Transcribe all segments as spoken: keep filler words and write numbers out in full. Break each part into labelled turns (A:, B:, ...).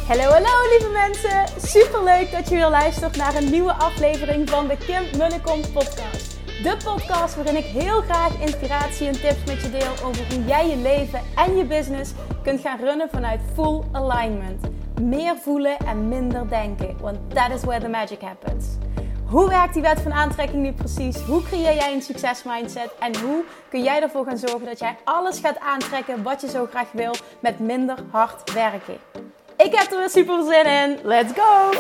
A: Hallo, hallo lieve mensen! Superleuk dat je weer luistert naar een nieuwe aflevering van de Kim Munnekom podcast. De podcast waarin ik heel graag inspiratie en tips met je deel over hoe jij je leven en je business kunt gaan runnen vanuit full alignment. Meer voelen en minder denken, want that is where the magic happens. Hoe werkt die wet van aantrekking nu precies? Hoe creëer jij een succesmindset? En hoe kun jij ervoor gaan zorgen dat jij alles gaat aantrekken wat je zo graag wil met minder hard werken? Ik heb er weer super zin in. Let's go!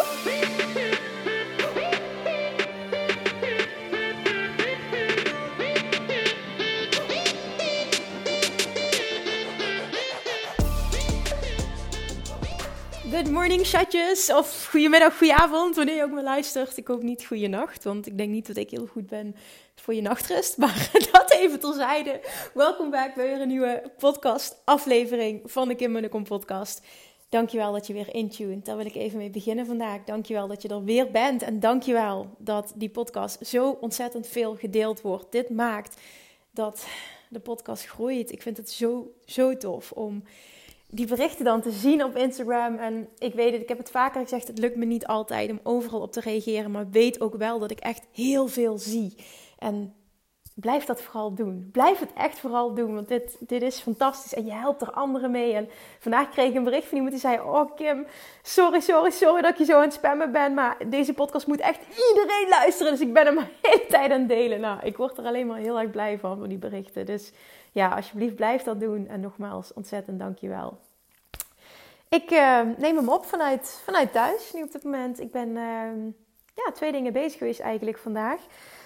A: Good morning, chatjes. Of goedemiddag, goedenavond, wanneer je ook maar luistert. Ik hoop niet goeienacht, want ik denk niet dat ik heel goed ben voor je nachtrust. Maar dat even terzijde. Welkom back bij weer een nieuwe podcast aflevering van de Kim Munnekom podcast. Dankjewel dat je weer intuned. Daar wil ik even mee beginnen vandaag. Dankjewel dat je er weer bent. En dankjewel dat die podcast zo ontzettend veel gedeeld wordt. Dit maakt dat de podcast groeit. Ik vind het zo, zo tof om die berichten dan te zien op Instagram. En ik weet het, ik heb het vaker gezegd, het lukt me niet altijd om overal op te reageren. Maar weet ook wel dat ik echt heel veel zie. En blijf dat vooral doen. Blijf het echt vooral doen, want dit, dit is fantastisch. En je helpt er anderen mee. En vandaag kreeg ik een bericht van iemand die zei: oh Kim, sorry, sorry, sorry dat ik je zo aan het spammen ben. Maar deze podcast moet echt iedereen luisteren. Dus ik ben hem de hele tijd aan het delen. Nou, ik word er alleen maar heel erg blij van, van die berichten. Dus ja, alsjeblieft blijf dat doen. En nogmaals, ontzettend dankjewel. Ik uh, neem hem op vanuit, vanuit thuis nu op dit moment. Ik ben uh, ja, twee dingen bezig geweest eigenlijk vandaag.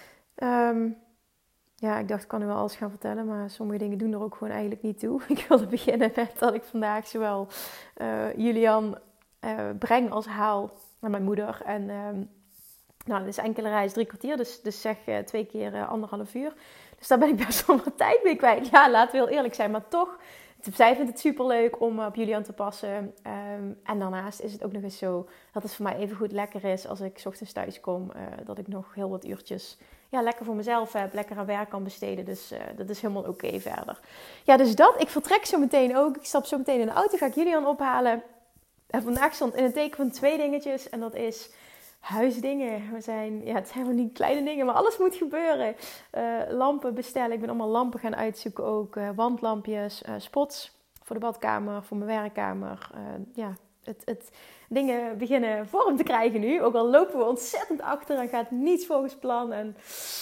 A: Um, Ja, ik dacht, ik kan nu wel alles gaan vertellen, maar sommige dingen doen er ook gewoon eigenlijk niet toe. Ik wilde beginnen met dat ik vandaag zowel uh, Julian uh, breng als haal naar mijn moeder. En um, nou, dat is enkele reis, drie kwartier, dus, dus zeg uh, twee keer uh, anderhalf uur. Dus daar ben ik best wel wat tijd mee kwijt. Ja, laten we heel eerlijk zijn, maar toch. Zij vindt het superleuk om op Julian te passen. Um, en daarnaast is het ook nog eens zo dat het voor mij even goed lekker is als ik 's ochtends thuis kom. Uh, dat ik nog heel wat uurtjes ja, lekker voor mezelf heb, lekker aan werk kan besteden. Dus uh, dat is helemaal oké okay verder. Ja, dus dat. Ik vertrek zo meteen ook. Ik stap zo meteen in de auto, ga ik Julian ophalen. En vandaag stond in het teken van twee dingetjes. En dat is huisdingen. We zijn, ja, het zijn helemaal niet kleine dingen, maar alles moet gebeuren. Uh, lampen bestellen. Ik ben allemaal lampen gaan uitzoeken ook. Uh, wandlampjes, uh, spots voor de badkamer, voor mijn werkkamer. Uh, ja, het, het dingen beginnen vorm te krijgen nu. Ook al lopen we ontzettend achter en gaat niets volgens plan. En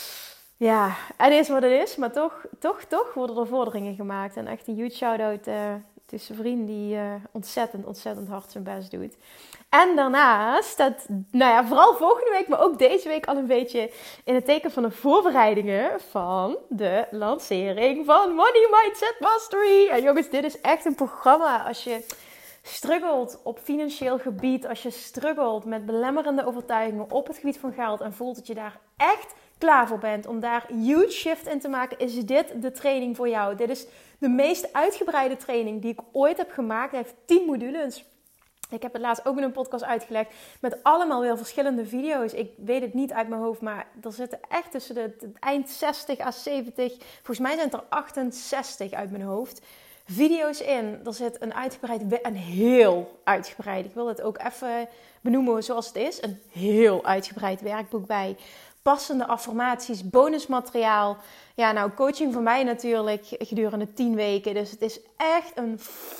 A: ja, het is wat het is. Maar toch, toch, toch worden er vorderingen gemaakt. En echt een huge shout-out uh, tussen vrienden die uh, ontzettend, ontzettend hard zijn best doet. En daarnaast, dat, nou ja, vooral volgende week, maar ook deze week al een beetje in het teken van de voorbereidingen van de lancering van Money Mindset Mastery. En jongens, dit is echt een programma als je struggelt op financieel gebied, als je struggelt met belemmerende overtuigingen op het gebied van geld en voelt dat je daar echt klaar voor bent om daar een huge shift in te maken, is dit de training voor jou. Dit is de meest uitgebreide training die ik ooit heb gemaakt. Hij heeft tien modules. Ik heb het laatst ook in een podcast uitgelegd met allemaal weer verschillende video's. Ik weet het niet uit mijn hoofd, maar er zitten echt tussen de, de eind zestig à zeventig, volgens mij zijn het er achtenzestig uit mijn hoofd, video's in. Er zit een uitgebreid, een heel uitgebreid, ik wil het ook even benoemen zoals het is, een heel uitgebreid werkboek bij. Passende affirmaties, bonusmateriaal. Ja, nou, coaching van mij natuurlijk gedurende tien weken. Dus het is echt een,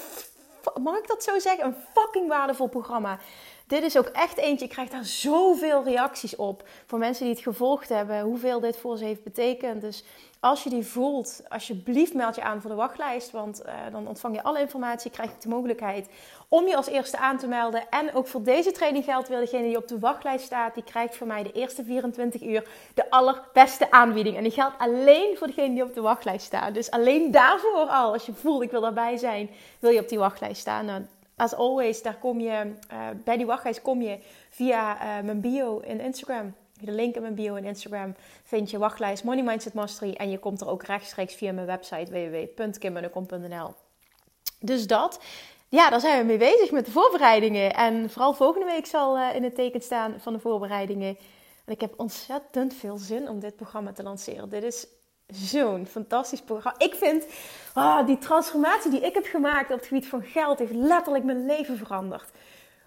A: mag ik dat zo zeggen? Een fucking waardevol programma. Dit is ook echt eentje, ik krijg daar zoveel reacties op. Voor mensen die het gevolgd hebben, hoeveel dit voor ze heeft betekend. Dus als je die voelt, alsjeblieft meld je aan voor de wachtlijst. Want uh, dan ontvang je alle informatie, krijg je de mogelijkheid om je als eerste aan te melden. En ook voor deze training geldt weer, degene die op de wachtlijst staat, die krijgt van mij de eerste vierentwintig uur de allerbeste aanbieding. En die geldt alleen voor degene die op de wachtlijst staat. Dus alleen daarvoor al, als je voelt ik wil daarbij zijn, wil je op die wachtlijst staan. Nou, as always, daar kom je, uh, bij die wachtlijst kom je via uh, mijn bio in Instagram. De link in mijn bio in Instagram vind je wachtlijst Money Mindset Mastery. En je komt er ook rechtstreeks via mijn website w w w punt kim munnekom punt n l. Dus dat. Ja, daar zijn we mee bezig met de voorbereidingen. En vooral volgende week zal uh, in het teken staan van de voorbereidingen. En ik heb ontzettend veel zin om dit programma te lanceren. Dit is zo'n fantastisch programma. Ik vind oh, die transformatie die ik heb gemaakt op het gebied van geld heeft letterlijk mijn leven veranderd.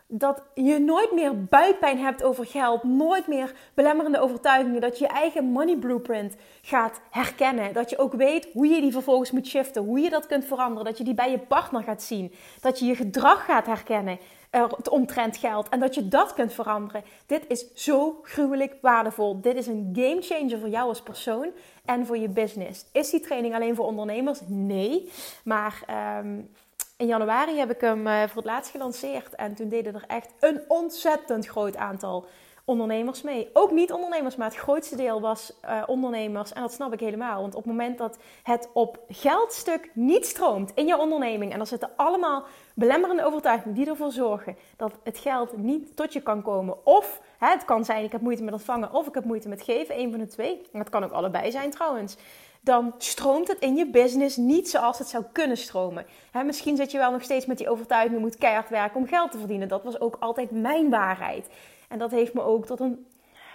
A: Dat je nooit meer buikpijn hebt over geld. Nooit meer belemmerende overtuigingen. Dat je je eigen money blueprint gaat herkennen. Dat je ook weet hoe je die vervolgens moet shiften. Hoe je dat kunt veranderen. Dat je die bij je partner gaat zien. Dat je je gedrag gaat herkennen. Uh, omtrent geld. En dat je dat kunt veranderen. Dit is zo gruwelijk waardevol. Dit is een game changer voor jou als persoon. En voor je business. Is die training alleen voor ondernemers? Nee. Maar... Um, In januari heb ik hem uh, voor het laatst gelanceerd. En toen deden er echt een ontzettend groot aantal ondernemers mee. Ook niet ondernemers, maar het grootste deel was uh, ondernemers. En dat snap ik helemaal. Want op het moment dat het op geldstuk niet stroomt in je onderneming... en er zitten allemaal belemmerende overtuigingen die ervoor zorgen... dat het geld niet tot je kan komen. Of hè, het kan zijn, ik heb moeite met ontvangen of ik heb moeite met geven. Een van de twee. En dat kan ook allebei zijn trouwens. Dan stroomt het in je business niet zoals het zou kunnen stromen. He, misschien zit je wel nog steeds met die overtuiging... je moet keihard werken om geld te verdienen. Dat was ook altijd mijn waarheid. En dat heeft me ook tot een,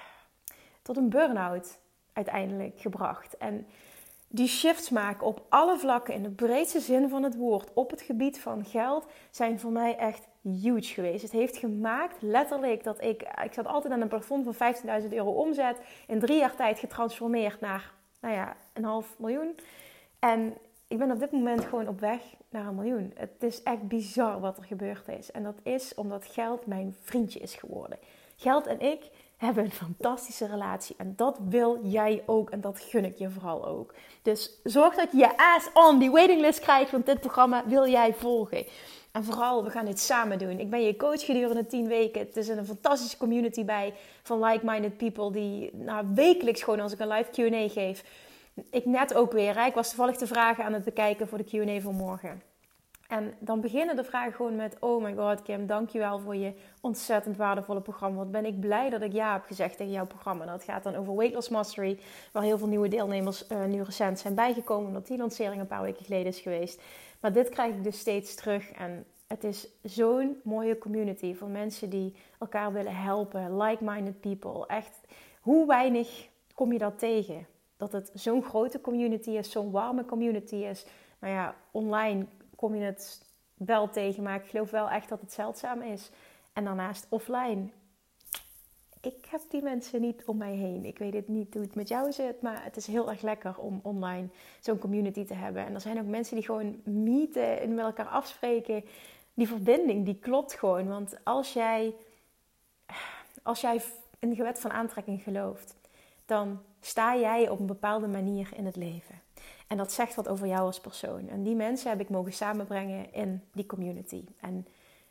A: tot een burn-out uiteindelijk gebracht. En die shifts maken op alle vlakken... in de breedste zin van het woord... op het gebied van geld... zijn voor mij echt huge geweest. Het heeft gemaakt letterlijk dat ik... ik zat altijd aan een plafond van vijftienduizend euro omzet... in drie jaar tijd getransformeerd naar... nou ja, een half miljoen. En ik ben op dit moment gewoon op weg naar een miljoen. Het is echt bizar wat er gebeurd is. En dat is omdat geld mijn vriendje is geworden. Geld en ik hebben een fantastische relatie. En dat wil jij ook. En dat gun ik je vooral ook. Dus zorg dat je je ass on die waitinglist krijgt. Want dit programma wil jij volgen. En vooral, we gaan dit samen doen. Ik ben je coach gedurende tien weken. Het is een fantastische community bij van like-minded people die nou, wekelijks gewoon als ik een live Q en A geef. Ik net ook weer. Hè? Ik was toevallig de vragen aan het bekijken voor de Q en A van morgen. En dan beginnen de vragen gewoon met... Oh my god Kim, dankjewel voor je ontzettend waardevolle programma. Wat ben ik blij dat ik ja heb gezegd tegen jouw programma. En dat gaat dan over Weight Loss Mastery. Waar heel veel nieuwe deelnemers uh, nu recent zijn bijgekomen. Omdat die lancering een paar weken geleden is geweest. Maar dit krijg ik dus steeds terug. En het is zo'n mooie community. Voor mensen die elkaar willen helpen. Like-minded people. Echt, hoe weinig kom je dat tegen? Dat het zo'n grote community is. Zo'n warme community is. Nou ja, online kom je het wel tegen. Maar ik geloof wel echt dat het zeldzaam is. En daarnaast offline. Ik heb die mensen niet om mij heen. Ik weet het niet hoe het met jou zit. Maar het is heel erg lekker om online zo'n community te hebben. En er zijn ook mensen die gewoon meeten en met elkaar afspreken. Die verbinding, die klopt gewoon. Want als jij, als jij in de wet van aantrekking gelooft, dan sta jij op een bepaalde manier in het leven. En dat zegt wat over jou als persoon. En die mensen heb ik mogen samenbrengen in die community. En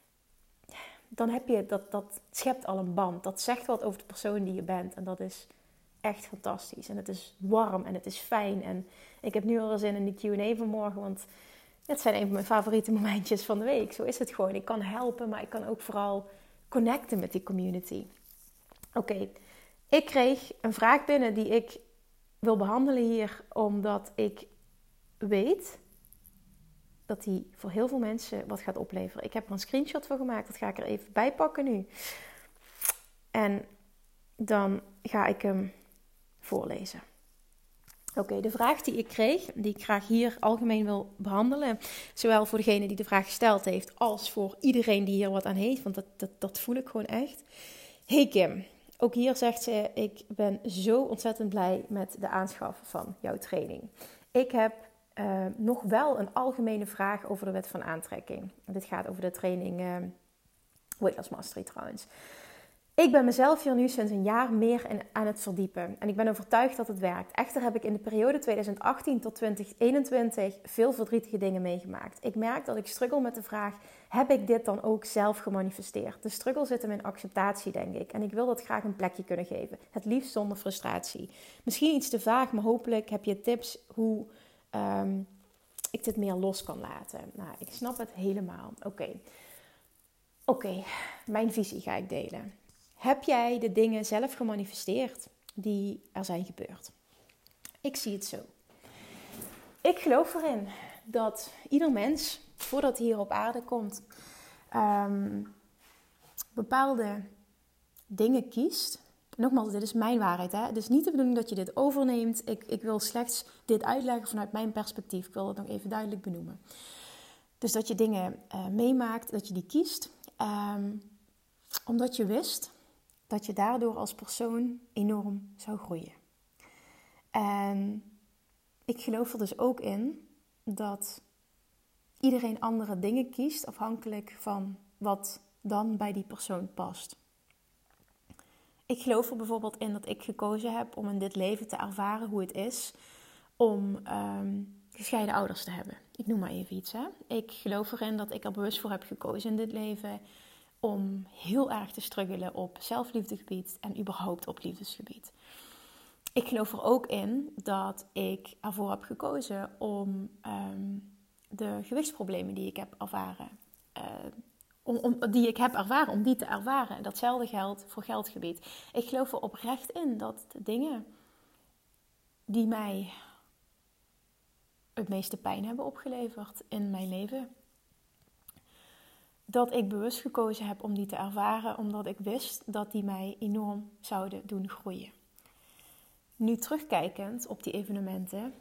A: dan heb je, dat, dat schept al een band. Dat zegt wat over de persoon die je bent. En dat is echt fantastisch. En het is warm en het is fijn. En ik heb nu al zin in die Q en A van morgen. Want het zijn een van mijn favoriete momentjes van de week. Zo is het gewoon. Ik kan helpen, maar ik kan ook vooral connecten met die community. Oké, okay. Ik kreeg een vraag binnen die ik wil behandelen hier. Omdat ik weet dat die voor heel veel mensen wat gaat opleveren. Ik heb er een screenshot van gemaakt. Dat ga ik er even bij pakken nu. En dan ga ik hem voorlezen. Oké, okay, de vraag die ik kreeg, die ik graag hier algemeen wil behandelen. Zowel voor degene die de vraag gesteld heeft, als voor iedereen die hier wat aan heeft. Want dat, dat, dat voel ik gewoon echt. Hey Kim, ook hier zegt ze, ik ben zo ontzettend blij met de aanschaf van jouw training. Ik heb uh, nog wel een algemene vraag over de wet van aantrekking. Dit gaat over de training uh, Weight Loss Mastery trouwens. Ik ben mezelf hier nu sinds een jaar meer in, aan het verdiepen. En ik ben overtuigd dat het werkt. Echter heb ik in de periode twintig achttien tot twintig eenentwintig veel verdrietige dingen meegemaakt. Ik merk dat ik struggle met de vraag, heb ik dit dan ook zelf gemanifesteerd? De struggle zit in mijn acceptatie, denk ik. En ik wil dat graag een plekje kunnen geven. Het liefst zonder frustratie. Misschien iets te vaag, maar hopelijk heb je tips hoe um, ik dit meer los kan laten. Nou, ik snap het helemaal. Oké, okay. Oké, okay. Mijn visie ga ik delen. Heb jij de dingen zelf gemanifesteerd die er zijn gebeurd? Ik zie het zo. Ik geloof erin dat ieder mens, voordat hij hier op aarde komt, um, bepaalde dingen kiest. Nogmaals, dit is mijn waarheid. Hè? Het is niet de bedoeling dat je dit overneemt. Ik, ik wil slechts dit uitleggen vanuit mijn perspectief. Ik wil het nog even duidelijk benoemen. Dus dat je dingen uh, meemaakt, dat je die kiest. Um, Omdat je wist dat je daardoor als persoon enorm zou groeien. En ik geloof er dus ook in dat iedereen andere dingen kiest afhankelijk van wat dan bij die persoon past. Ik geloof er bijvoorbeeld in dat ik gekozen heb om in dit leven te ervaren hoe het is om um, gescheiden ouders te hebben. Ik noem maar even iets. Hè? Ik geloof erin dat ik er bewust voor heb gekozen in dit leven om heel erg te struggelen op zelfliefdegebied en überhaupt op liefdesgebied. Ik geloof er ook in dat ik ervoor heb gekozen om um, de gewichtsproblemen die ik heb ervaren, uh, om, om, die ik heb ervaren, om die te ervaren. Datzelfde geldt voor geldgebied. Ik geloof er oprecht in dat de dingen die mij het meeste pijn hebben opgeleverd in mijn leven, dat ik bewust gekozen heb om die te ervaren, omdat ik wist dat die mij enorm zouden doen groeien. Nu terugkijkend op die evenementen,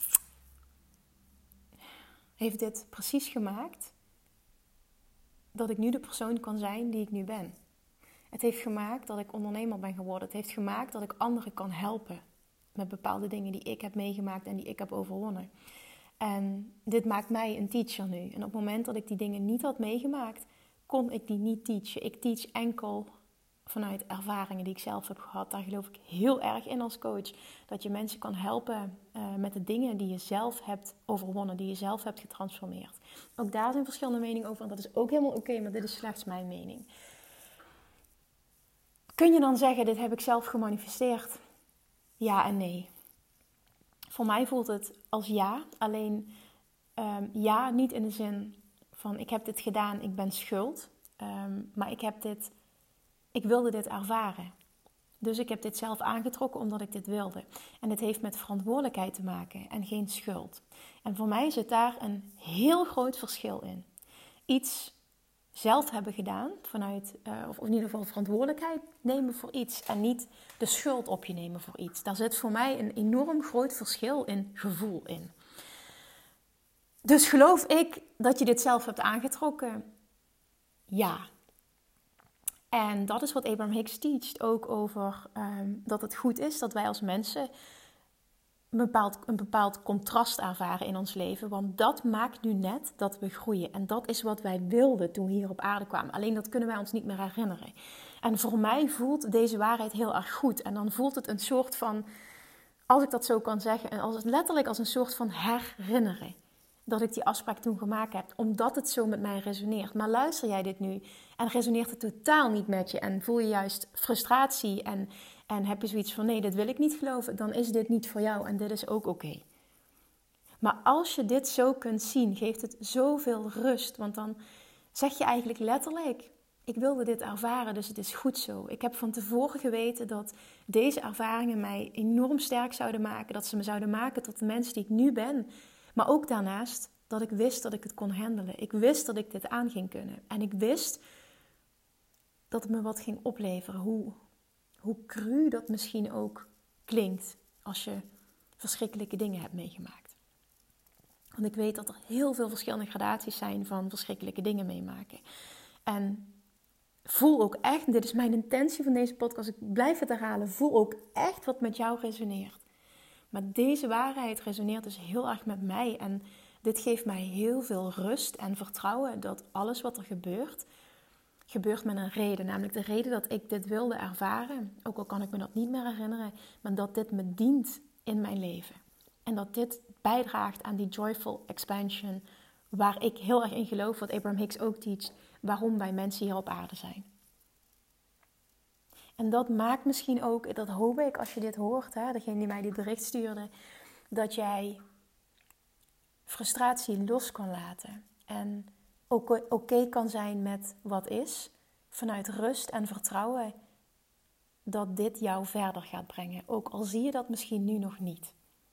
A: heeft dit precies gemaakt dat ik nu de persoon kan zijn die ik nu ben. Het heeft gemaakt dat ik ondernemer ben geworden. Het heeft gemaakt dat ik anderen kan helpen met bepaalde dingen die ik heb meegemaakt en die ik heb overwonnen. En dit maakt mij een teacher nu. En op het moment dat ik die dingen niet had meegemaakt, kon ik die niet teachen. Ik teach enkel vanuit ervaringen die ik zelf heb gehad. Daar geloof ik heel erg in als coach. Dat je mensen kan helpen uh, met de dingen die je zelf hebt overwonnen. Die je zelf hebt getransformeerd. Ook daar zijn verschillende meningen over. En dat is ook helemaal oké, okay, maar dit is slechts mijn mening. Kun je dan zeggen, dit heb ik zelf gemanifesteerd? Ja en nee. Voor mij voelt het als ja. Alleen um, ja, niet in de zin van ik heb dit gedaan, ik ben schuld. Um, maar ik heb dit... Ik wilde dit ervaren. Dus ik heb dit zelf aangetrokken omdat ik dit wilde. En het heeft met verantwoordelijkheid te maken en geen schuld. En voor mij zit daar een heel groot verschil in. Iets zelf hebben gedaan, vanuit, uh, of in ieder geval verantwoordelijkheid nemen voor iets. En niet de schuld op je nemen voor iets. Daar zit voor mij een enorm groot verschil in gevoel in. Dus geloof ik dat je dit zelf hebt aangetrokken? Ja. En dat is wat Abraham Hicks teacht, ook over um, dat het goed is dat wij als mensen een bepaald, een bepaald contrast ervaren in ons leven. Want dat maakt nu net dat we groeien. En dat is wat wij wilden toen we hier op aarde kwamen. Alleen dat kunnen wij ons niet meer herinneren. En voor mij voelt deze waarheid heel erg goed. En dan voelt het een soort van, als ik dat zo kan zeggen, en als het letterlijk als een soort van herinneren. Dat ik die afspraak toen gemaakt heb, omdat het zo met mij resoneert. Maar luister jij dit nu en resoneert het totaal niet met je en voel je juist frustratie en, en heb je zoiets van nee, dit wil ik niet geloven, dan is dit niet voor jou en dit is ook oké. Okay. Maar als je dit zo kunt zien, geeft het zoveel rust, want dan zeg je eigenlijk letterlijk, ik wilde dit ervaren, dus het is goed zo. Ik heb van tevoren geweten dat deze ervaringen mij enorm sterk zouden maken, dat ze me zouden maken tot de mens die ik nu ben. Maar ook daarnaast dat ik wist dat ik het kon handelen. Ik wist dat ik dit aan ging kunnen. En ik wist dat het me wat ging opleveren. Hoe, hoe cru dat misschien ook klinkt als je verschrikkelijke dingen hebt meegemaakt. Want ik weet dat er heel veel verschillende gradaties zijn van verschrikkelijke dingen meemaken. En voel ook echt, dit is mijn intentie van deze podcast, ik blijf het herhalen, voel ook echt wat met jou resoneert. Maar deze waarheid resoneert dus heel erg met mij. En dit geeft mij heel veel rust en vertrouwen dat alles wat er gebeurt, gebeurt met een reden. Namelijk de reden dat ik dit wilde ervaren. Ook al kan ik me dat niet meer herinneren. Maar dat dit me dient in mijn leven. En dat dit bijdraagt aan die joyful expansion. Waar ik heel erg in geloof, wat Abraham Hicks ook teacht. Waarom wij mensen hier op aarde zijn. En dat maakt misschien ook, dat hoop ik als je dit hoort, hè, degene die mij dit bericht stuurde, dat jij frustratie los kan laten. En ook oké okay kan zijn met wat is, vanuit rust en vertrouwen dat dit jou verder gaat brengen. Ook al zie je dat misschien nu nog niet.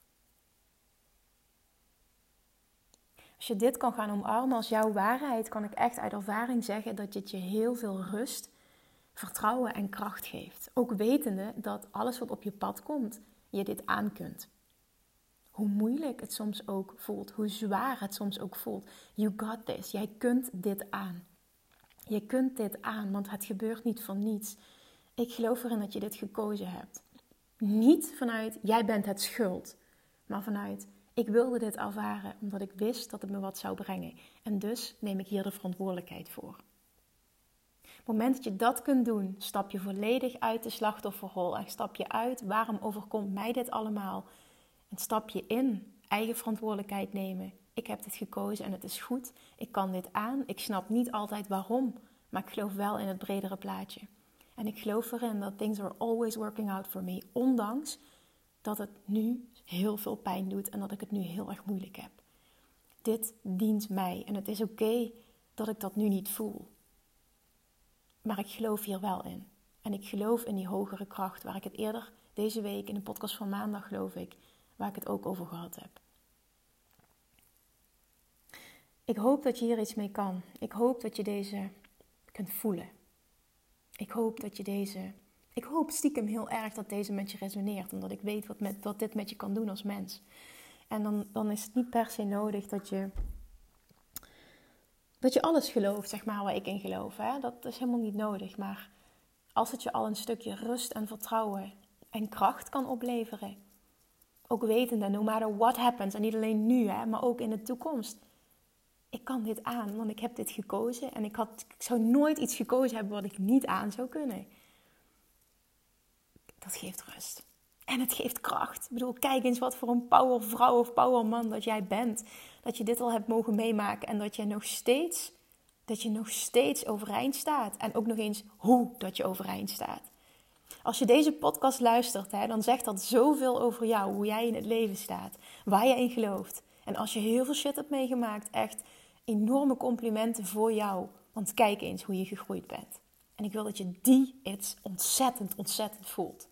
A: Als je dit kan gaan omarmen als jouw waarheid, kan ik echt uit ervaring zeggen dat dit je heel veel rust, vertrouwen en kracht geeft. Ook wetende dat alles wat op je pad komt, je dit aan kunt. Hoe moeilijk het soms ook voelt, hoe zwaar het soms ook voelt. You got this, jij kunt dit aan. Je kunt dit aan, want het gebeurt niet van niets. Ik geloof erin dat je dit gekozen hebt. Niet vanuit, jij bent het schuld. Maar vanuit, ik wilde dit ervaren omdat ik wist dat het me wat zou brengen. En dus neem ik hier de verantwoordelijkheid voor. Op het moment dat je dat kunt doen, stap je volledig uit de slachtofferrol. En stap je uit, waarom overkomt mij dit allemaal? En stap je in, eigen verantwoordelijkheid nemen. Ik heb dit gekozen en het is goed. Ik kan dit aan. Ik snap niet altijd waarom. Maar ik geloof wel in het bredere plaatje. En ik geloof erin dat things are always working out for me. Ondanks dat het nu heel veel pijn doet en dat ik het nu heel erg moeilijk heb. Dit dient mij. En het is oké dat ik dat nu niet voel. Maar ik geloof hier wel in. En ik geloof in die hogere kracht waar ik het eerder deze week in de podcast van maandag geloof ik, waar ik het ook over gehad heb. Ik hoop dat je hier iets mee kan. Ik hoop dat je deze kunt voelen. Ik hoop dat je deze... Ik hoop stiekem heel erg dat deze met je resoneert. Omdat ik weet wat, met, wat dit met je kan doen als mens. En dan, dan is het niet per se nodig dat je... Dat je alles gelooft, zeg maar, waar ik in geloof. Hè? Dat is helemaal niet nodig. Maar als het je al een stukje rust en vertrouwen en kracht kan opleveren. Ook wetende, no matter what happens. En niet alleen nu, hè, maar ook in de toekomst. Ik kan dit aan, want ik heb dit gekozen. En ik, had, ik zou nooit iets gekozen hebben wat ik niet aan zou kunnen. Dat geeft rust. En het geeft kracht. Ik bedoel, kijk eens wat voor een powervrouw of powerman dat jij bent. Dat je dit al hebt mogen meemaken. En dat je nog steeds, dat je nog steeds overeind staat. En ook nog eens hoe dat je overeind staat. Als je deze podcast luistert, hè, dan zegt dat zoveel over jou. Hoe jij in het leven staat. Waar je in gelooft. En als je heel veel shit hebt meegemaakt, echt enorme complimenten voor jou. Want kijk eens hoe je gegroeid bent. En ik wil dat je die iets ontzettend, ontzettend voelt.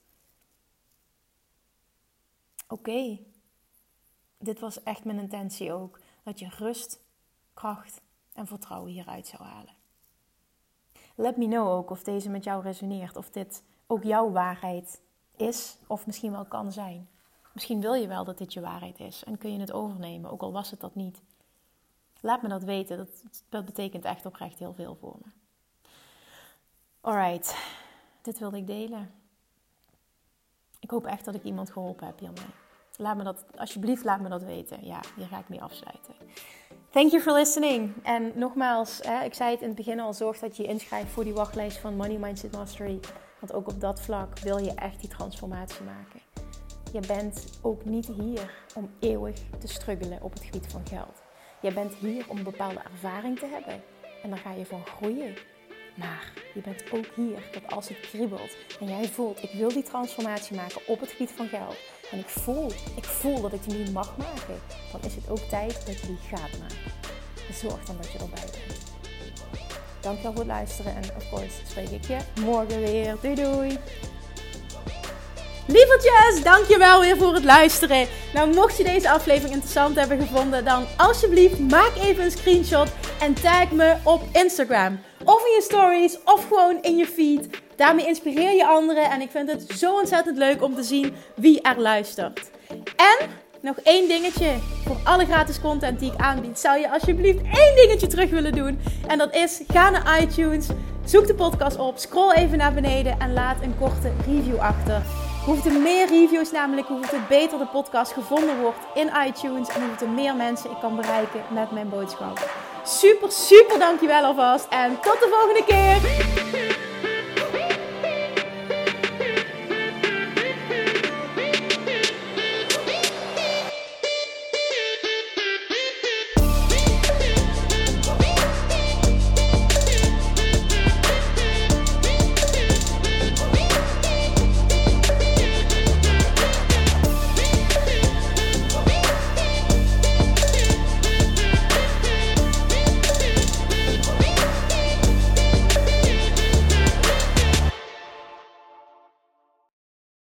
A: Oké, okay. Dit was echt mijn intentie ook. Dat je rust, kracht en vertrouwen hieruit zou halen. Let me know ook of deze met jou resoneert. Of dit ook jouw waarheid is of misschien wel kan zijn. Misschien wil je wel dat dit je waarheid is. En kun je het overnemen, ook al was het dat niet. Laat me dat weten. Dat, dat betekent echt oprecht heel veel voor me. Alright, dit wilde ik delen. Ik hoop echt dat ik iemand geholpen heb hiermee. Laat me dat, alsjeblieft laat me dat weten. Ja, hier ga ik mee afsluiten. Thank you for listening. En nogmaals, hè, ik zei het in het begin al, zorg dat je je inschrijft voor die wachtlijst van Money Mindset Mastery. Want ook op dat vlak wil je echt die transformatie maken. Je bent ook niet hier om eeuwig te struggelen op het gebied van geld. Je bent hier om een bepaalde ervaring te hebben. En daar ga je van groeien. Maar je bent ook hier dat als het kriebelt en jij voelt, ik wil die transformatie maken op het gebied van geld. En ik voel, ik voel dat ik die nu mag maken. Dan is het ook tijd dat je die gaat maken. Dus zorg dan dat je erbij bent. Dankjewel voor het luisteren en of course spreek ik je morgen weer. Doei doei! Lievertjes, dankjewel weer voor het luisteren. Nou, mocht je deze aflevering interessant hebben gevonden, dan alsjeblieft maak even een screenshot en tag me op Instagram. Of in je stories, of gewoon in je feed. Daarmee inspireer je anderen en ik vind het zo ontzettend leuk om te zien wie er luistert. En nog één dingetje. Voor alle gratis content die ik aanbied, zou je alsjeblieft één dingetje terug willen doen. En dat is, ga naar iTunes, zoek de podcast op, scroll even naar beneden en laat een korte review achter. Hoeveel meer reviews namelijk, hoeveel beter de podcast gevonden wordt in iTunes. En hoeveel meer mensen ik kan bereiken met mijn boodschap. Super, super dankjewel alvast. En tot de volgende keer.